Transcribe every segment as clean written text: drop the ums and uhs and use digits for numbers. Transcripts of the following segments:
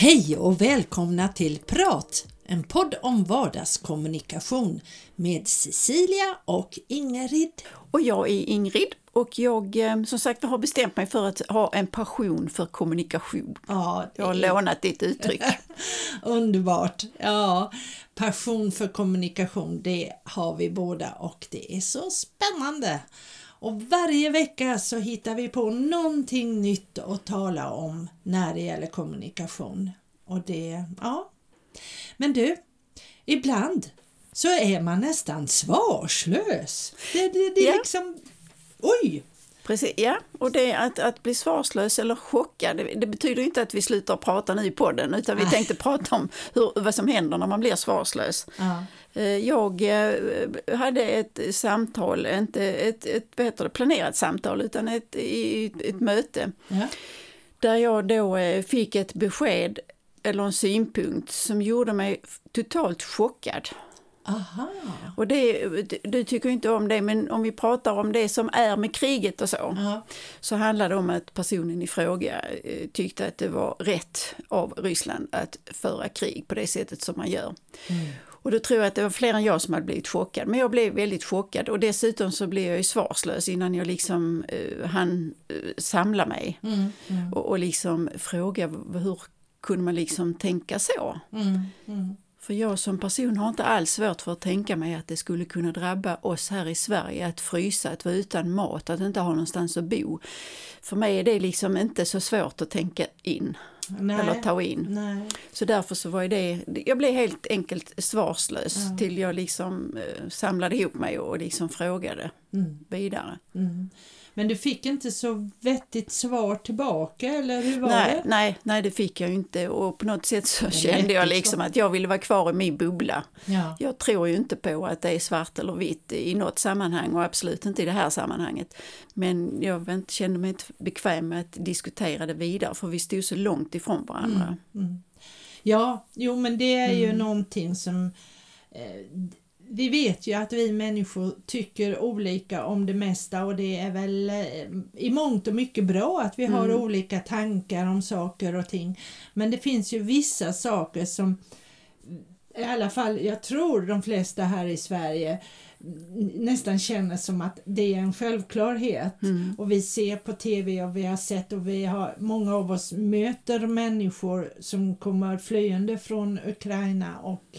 Hej och välkomna till Prat, en podd om vardagskommunikation med Cecilia och Ingrid. Och jag är Ingrid och jag som sagt har bestämt mig för att ha en passion för kommunikation. Ja, jag har lånat ditt uttryck. Underbart. Ja, passion för kommunikation, det har vi båda och det är så spännande. Och varje vecka så hittar vi på någonting nytt att tala om när det gäller kommunikation. Och det, ja. Men du, ibland så är man nästan svarslös. Det är liksom, oj! Precis, ja. Och det att bli svarslös eller chockad, det betyder inte att vi slutar prata nu i podden, utan vi tänkte prata om vad som händer när man blir svarslös. Ja. Jag hade ett samtal, inte ett planerat samtal, utan ett möte. Ja. Där jag då fick ett besked eller en synpunkt som gjorde mig totalt chockad. Aha. Och du tycker inte om det, men om vi pratar om det som är med kriget och så, så handlar det om att personen i fråga tyckte att det var rätt av Ryssland att föra krig på det sättet som man gör. Mm. Och då tror jag att det var fler än jag som hade blivit chockad. Men jag blev väldigt chockad och dessutom så blev jag ju svarslös innan jag liksom hann samla mig. Och liksom fråga hur kunde man liksom tänka så? För jag som person har inte alls svårt för att tänka mig att det skulle kunna drabba oss här i Sverige att frysa, att vara utan mat, att inte ha någonstans att bo. För mig är det liksom inte så svårt att tänka in. Eller ta in. Nej. Så därför så var jag blev helt enkelt svarslös till jag liksom samlade ihop mig och liksom frågade vidare. Men du fick inte så vettigt svar tillbaka, eller hur var det? Nej, det fick jag ju inte. Och på något sätt så kände jag liksom att jag ville vara kvar i min bubbla. Ja. Jag tror ju inte på att det är svart eller vitt i något sammanhang och absolut inte i det här sammanhanget. Men jag kände mig inte bekväm med att diskutera det vidare för vi stod så långt ifrån varandra. Ja, jo men det är ju någonting som... Vi vet ju att vi människor tycker olika om det mesta och det är väl i mångt och mycket bra att vi har olika tankar om saker och ting. Men det finns ju vissa saker som i alla fall jag tror de flesta här i Sverige nästan känner som att det är en självklarhet. Och vi ser på tv och vi har sett och många av oss möter människor som kommer flyende från Ukraina och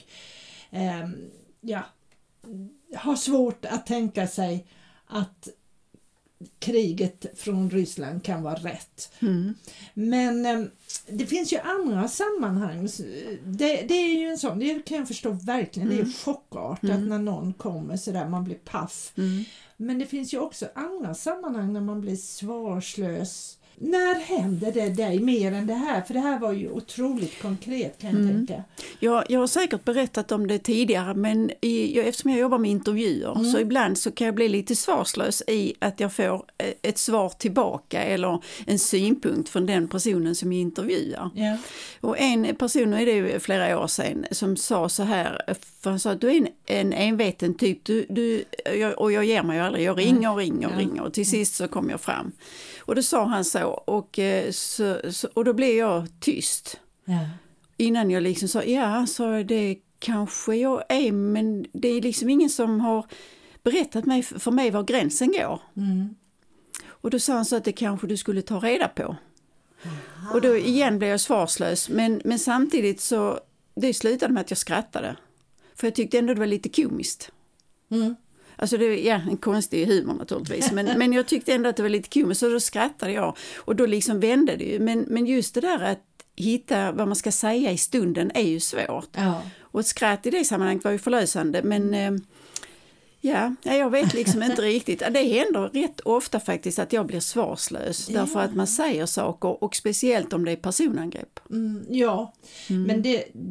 har svårt att tänka sig att kriget från Ryssland kan vara rätt. Men det finns ju andra sammanhang. Det är ju en sån, det kan jag förstå verkligen, det är chockartat när någon kommer så där man blir paff. Men det finns ju också andra sammanhang när man blir svarslös. När händer det dig mer än det här? För det här var ju otroligt konkret kan jag tänka. Jag har säkert berättat om det tidigare men eftersom jag jobbar med intervjuer så ibland så kan jag bli lite svarslös i att jag får ett svar tillbaka eller en synpunkt från den personen som jag intervjuar. Yeah. Och en person, nu är det ju flera år sedan, som sa så här, för han sa att du är en enveten typ, och jag ger mig ju aldrig, jag ringer och till sist så kom jag fram. Och då sa han så och då blev jag tyst. Ja. Innan jag liksom sa, så det kanske jag är, men det är liksom ingen som har berättat för mig var gränsen går. Och då sa han så att det kanske du skulle ta reda på. Aha. Och då igen blev jag svarslös, men samtidigt så det slutade med att jag skrattade. För jag tyckte ändå det var lite komiskt. Alltså det är en konstig humor naturligtvis. Men jag tyckte ändå att det var lite kul. Så då skrattade jag. Och då liksom vände det ju. Men just det där att hitta vad man ska säga i stunden är ju svårt. Ja. Och ett skratt i det sammanhanget var ju förlösande. Men jag vet liksom inte riktigt. Det händer rätt ofta faktiskt att jag blir svarslös. Ja. Därför att man säger saker. Och speciellt om det är personangrepp. Men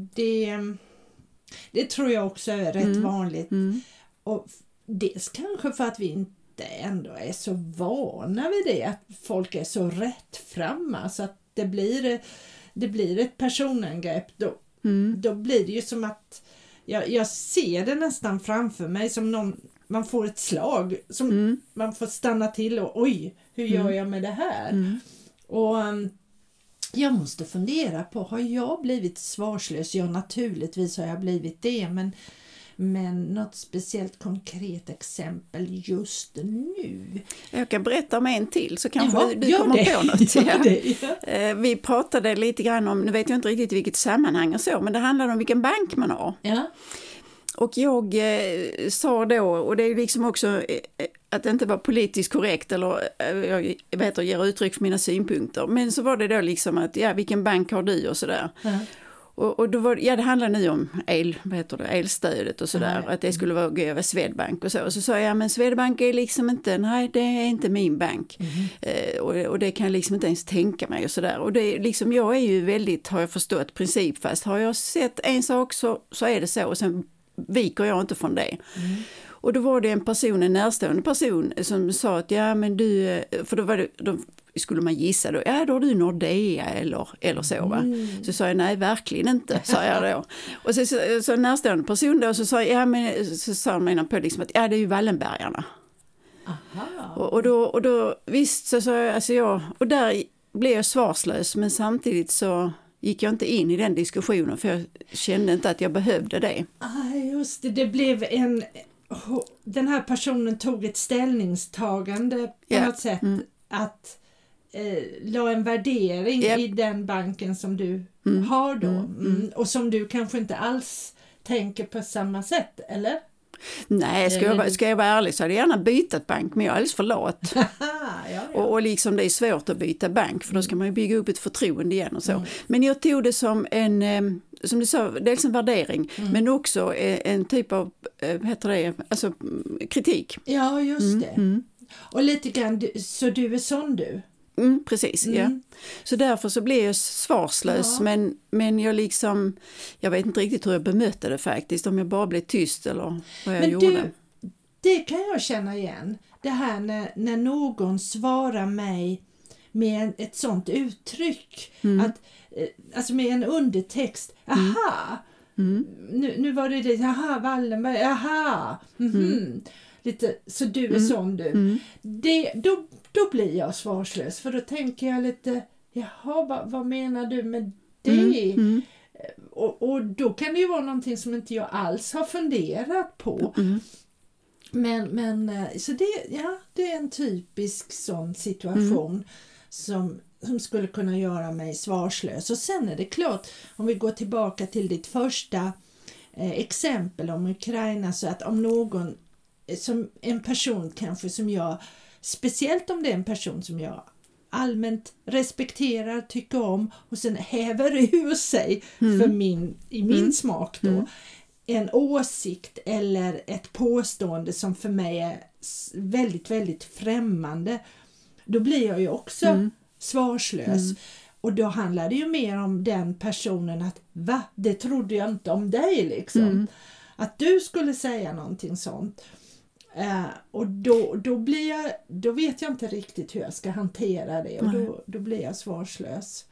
det tror jag också är rätt vanligt. Och dels kanske för att vi inte ändå är så vana vid det, att folk är så rättframma så att det blir ett personangrepp då blir det ju som att jag ser det nästan framför mig som man får ett slag som man får stanna till och oj, hur gör jag med det här? Och jag måste fundera på, har jag blivit svarslös? Ja, naturligtvis har jag blivit det, men något speciellt konkret exempel just nu. Jag kan berätta om en till så kanske Ja, du kommer på något. Ja. Vi pratade lite grann om, nu vet jag inte riktigt vilket sammanhang och så, men det handlar om vilken bank man har. Ja. Och jag sa då, och det är liksom också att det inte var politiskt korrekt eller jag ger uttryck för mina synpunkter, men så var det då liksom att vilken bank har du och sådär. Ja. Och då var det handlade nu om elstödet och sådär, att det skulle gå över Swedbank och så. Och så sa jag, men Swedbank är liksom inte, nej det är inte min bank. Och det kan jag liksom inte ens tänka mig och sådär. Och det är liksom, jag är ju väldigt, har jag förstått, principfast. Har jag sett en sak så är det så, och sen viker jag inte från det. Och då var det en närstående person som sa att men du, för då var det, då skulle man gissa då, då har du Nordea eller så va. Så sa jag, nej verkligen inte, sa jag då. Och så närstående person då så sa jag, så sa man på liksom att det är ju Wallenbergarna. Aha. Och då visst så sa jag, alltså och där blev jag svarslös, men samtidigt så gick jag inte in i den diskussionen för jag kände inte att jag behövde det. Just det blev den här personen tog ett ställningstagande på något sätt att la en värdering i den banken som du har då. Och som du kanske inte alls tänker på samma sätt, eller? Nej, ska jag vara ärlig så hade jag gärna bytt bank, men jag är alldeles för lat. Och liksom det är svårt att byta bank, för då ska man ju bygga upp ett förtroende igen och så. Men jag tog det som som du sa, dels en värdering, men också en typ av, alltså kritik. Ja, just det. Och lite grann, så du är sån du? Precis, ja. Så därför så blev jag svarslös, men jag vet inte riktigt hur jag bemötte det faktiskt, om jag bara blev tyst eller vad jag gjorde. Det kan jag känna igen, det här när någon svarar mig med ett sånt uttryck, att, alltså med en undertext, nu var det, Wallenberg, lite, så du är sån du. Då blir jag svarslös, för då tänker jag lite, vad menar du med det? Och då kan det ju vara någonting som inte jag alls har funderat på. Men så det är en typisk sån situation som skulle kunna göra mig svarslös. Och sen är det klart, om vi går tillbaka till ditt första exempel om Ukraina, så att om någon, som en person kanske som jag, speciellt om det är en person som jag allmänt respekterar, tycker om, och sen häver ur sig i min smak då, en åsikt eller ett påstående som för mig är väldigt, väldigt främmande, då blir jag ju också svarslös. Och då handlar det ju mer om den personen att, det trodde jag inte om dig liksom. Att du skulle säga någonting sånt. Och då vet jag inte riktigt hur jag ska hantera det, och då blir jag svarslös.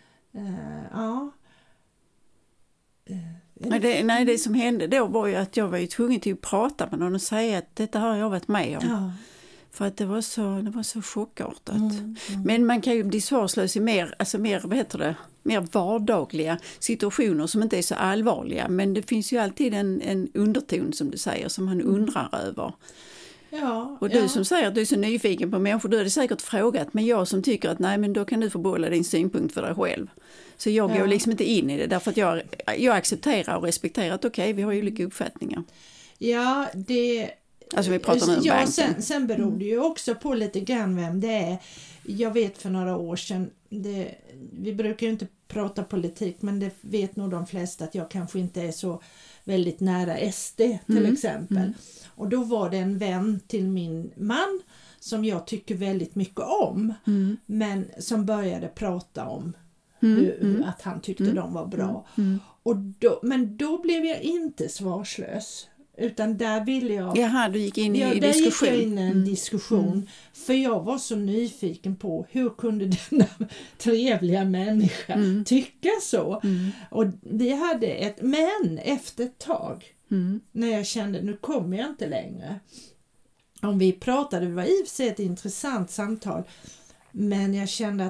Det som hände då var ju att jag var ju tvungen till att prata med någon och säga att detta har jag varit med om. För att det var så chockartat. Men man kan ju bli svarslös i mer vardagliga situationer som inte är så allvarliga. Men det finns ju alltid en underton, som du säger, som man undrar över. Och du som säger att du är så nyfiken på människor, du hade säkert frågat, men jag som tycker att nej, men då kan du få behålla din synpunkt för dig själv. Så jag går liksom inte in i det, därför att jag accepterar och respekterar att okej, vi har ju olika uppfattningar. Ja, det... Alltså vi pratar nu om banken. Sen beror det ju också på lite grann vem det är. Jag vet för några år sedan, vi brukar ju inte prata politik, men det vet nog de flesta att jag kanske inte är så väldigt nära SD till exempel. Och då var det en vän till min man som jag tycker väldigt mycket om, men som började prata om att han tyckte de var bra. Men då blev jag inte svarslös. Utan där ville jag... Jaha, du gick in i diskussion. Där gick jag in i en diskussion. För jag var så nyfiken på hur kunde denna trevliga människa tycka så. Och vi hade men efter ett tag, när jag kände, nu kommer jag inte längre. Om vi pratade, det var i och för sig ett intressant samtal. Men jag kände att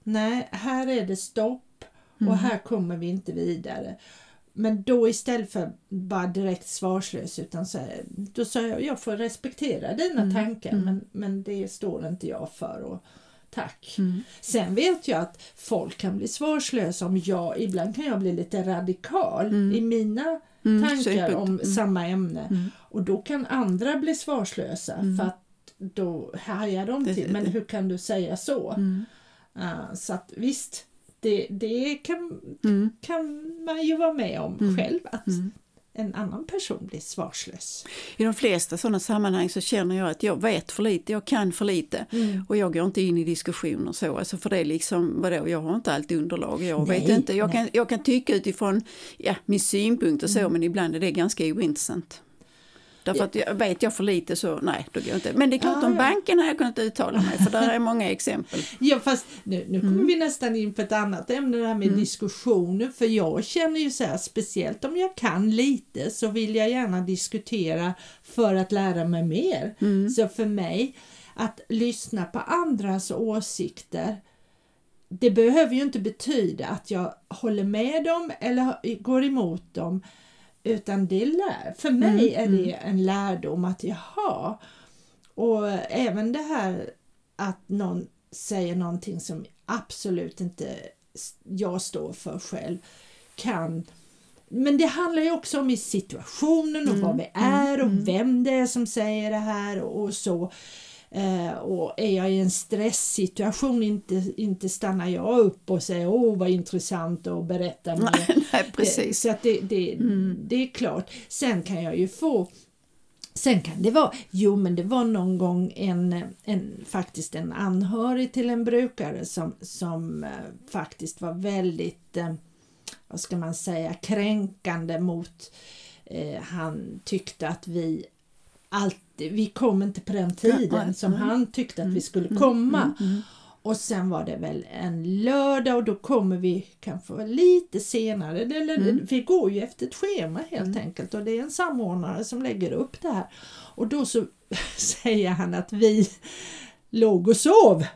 nej, här är det stopp och här kommer vi inte vidare. Men då istället för bara direkt svarslös, utan då sa jag får respektera dina tankar, men det står inte jag för, och tack. Sen vet jag att folk kan bli svarslösa om ibland kan jag bli lite radikal i mina tankar om samma ämne. Och då kan andra bli svarslösa för att då hajar de till. Men hur kan du säga så? Så att visst, det kan man ju vara med om själv, att en annan person blir svarslös. I de flesta sådana sammanhang så känner jag att jag vet för lite, jag kan för lite och jag går inte in i diskussioner så. Alltså för det är liksom, jag har inte allt underlag, vet inte. Jag kan tycka utifrån min synpunkt och så, men ibland är det ganska ointressant. Därför att jag för lite så, nej, då går jag inte. Men det är klart, om banken har jag kunnat uttala mig, för där är många exempel. Ja, fast nu kommer vi nästan in på ett annat ämne, det här med diskussioner. För jag känner ju så här, speciellt om jag kan lite så vill jag gärna diskutera för att lära mig mer. Så för mig, att lyssna på andras åsikter, det behöver ju inte betyda att jag håller med dem eller går emot dem. Utan för mig är det en lärdom att och även det här att någon säger någonting som absolut inte jag står för själv men det handlar ju också om i situationen och vad vi är och vem det är som säger det här och så. Och är jag i en stresssituation inte stannar jag upp och säger vad intressant och berätta mer. Nej, precis. Så att det är klart. Sen kan jag ju sen kan det vara, men det var någon gång faktiskt en anhörig till en brukare som faktiskt var väldigt, vad ska man säga, kränkande mot, han tyckte att vi kom inte på den tiden som han tyckte att vi skulle komma. Och sen var det väl en lördag och då kommer vi kanske lite senare. Vi går ju efter ett schema helt enkelt, och det är en samordnare som lägger upp det här. Och då så säger han att vi låg och sov.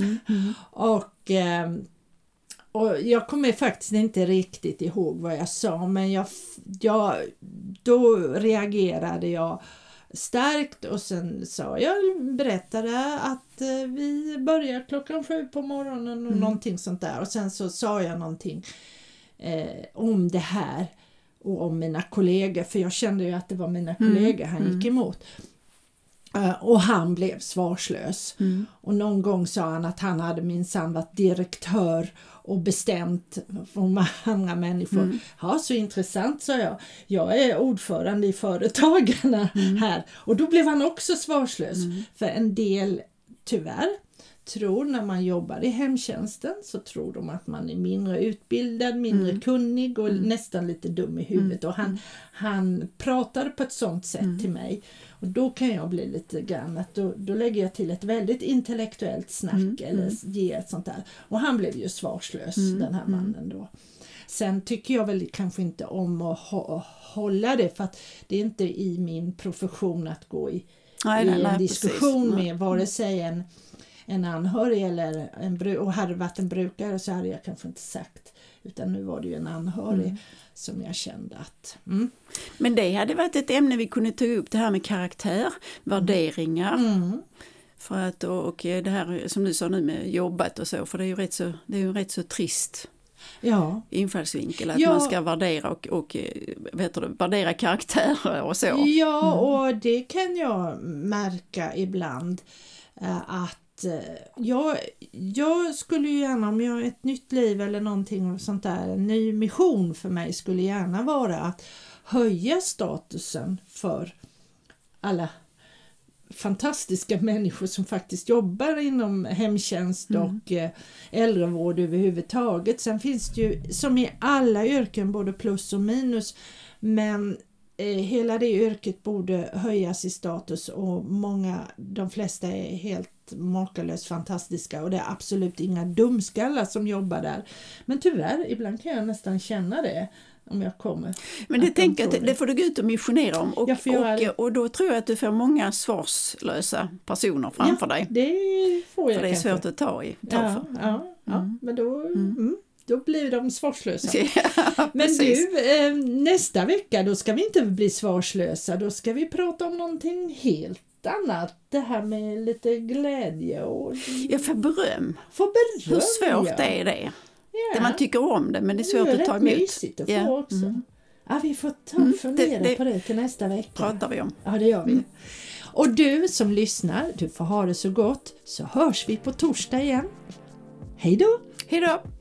Och jag kommer faktiskt inte riktigt ihåg vad jag sa, men då reagerade jag starkt och sen berättade att vi börjar 7:00 på morgonen och någonting sånt där, och sen så sa jag någonting om det här och om mina kollegor, för jag kände ju att det var mina kollegor han gick emot. Och han blev svarslös. Och någon gång sa han att han hade minsann varit direktör och bestämt för andra människor. Ja, så intressant, sa jag. Jag är ordförande i Företagarna här. Och då blev han också svarslös. För en del, tyvärr, tror när man jobbar i hemtjänsten så tror de att man är mindre utbildad, mindre kunnig och nästan lite dum i huvudet. Och han pratade på ett sånt sätt till mig. Och då kan jag bli lite grann att då lägger jag till ett väldigt intellektuellt snack eller ger ett sånt där. Och han blev ju svarslös, den här mannen då. Sen tycker jag väl kanske inte om att hålla det, för att det är inte i min profession att gå i en diskussion med vare sig en anhörig eller och hade det varit en brukare så hade jag kanske inte sagt, utan nu var det ju en anhörig som jag kände att Men det hade varit ett ämne vi kunde ta upp, det här med karaktär, värderingar. För att, och det här som du sa nu med jobbat och så, för det är ju rätt så trist infallsvinkel att man ska värdera och värdera karaktärer och så. Ja, och det kan jag märka ibland att jag skulle ju gärna, om jag har ett nytt liv eller någonting sånt där, en ny mission för mig skulle gärna vara att höja statusen för alla fantastiska människor som faktiskt jobbar inom hemtjänst och äldrevård överhuvudtaget. Sen finns det ju som i alla yrken både plus och minus, men hela det yrket borde höjas i status och de flesta är helt makalöst fantastiska och det är absolut inga dumskallar som jobbar där. Men tyvärr, ibland kan jag nästan känna det om jag kommer. Men det tänker att det får du gå ut och missionera om och då tror jag att du får många svarslösa personer framför dig. Det får jag. För det är svårt att ta för. Men då blir de svarslösa. Ja, men du, nästa vecka då ska vi inte bli svarslösa. Då ska vi prata om någonting helt annat. Det här med lite glädje och... Jag får beröm. Hur svårt är det? Ja. Man tycker om det, men det är svårt att ta emot. Det är mysigt att få också. Ja, vi får fundera på det till nästa vecka. Pratar vi om. Ja, det gör vi. Och du som lyssnar, du får ha det så gott. Så hörs vi på torsdag igen. Hej då! Hej då!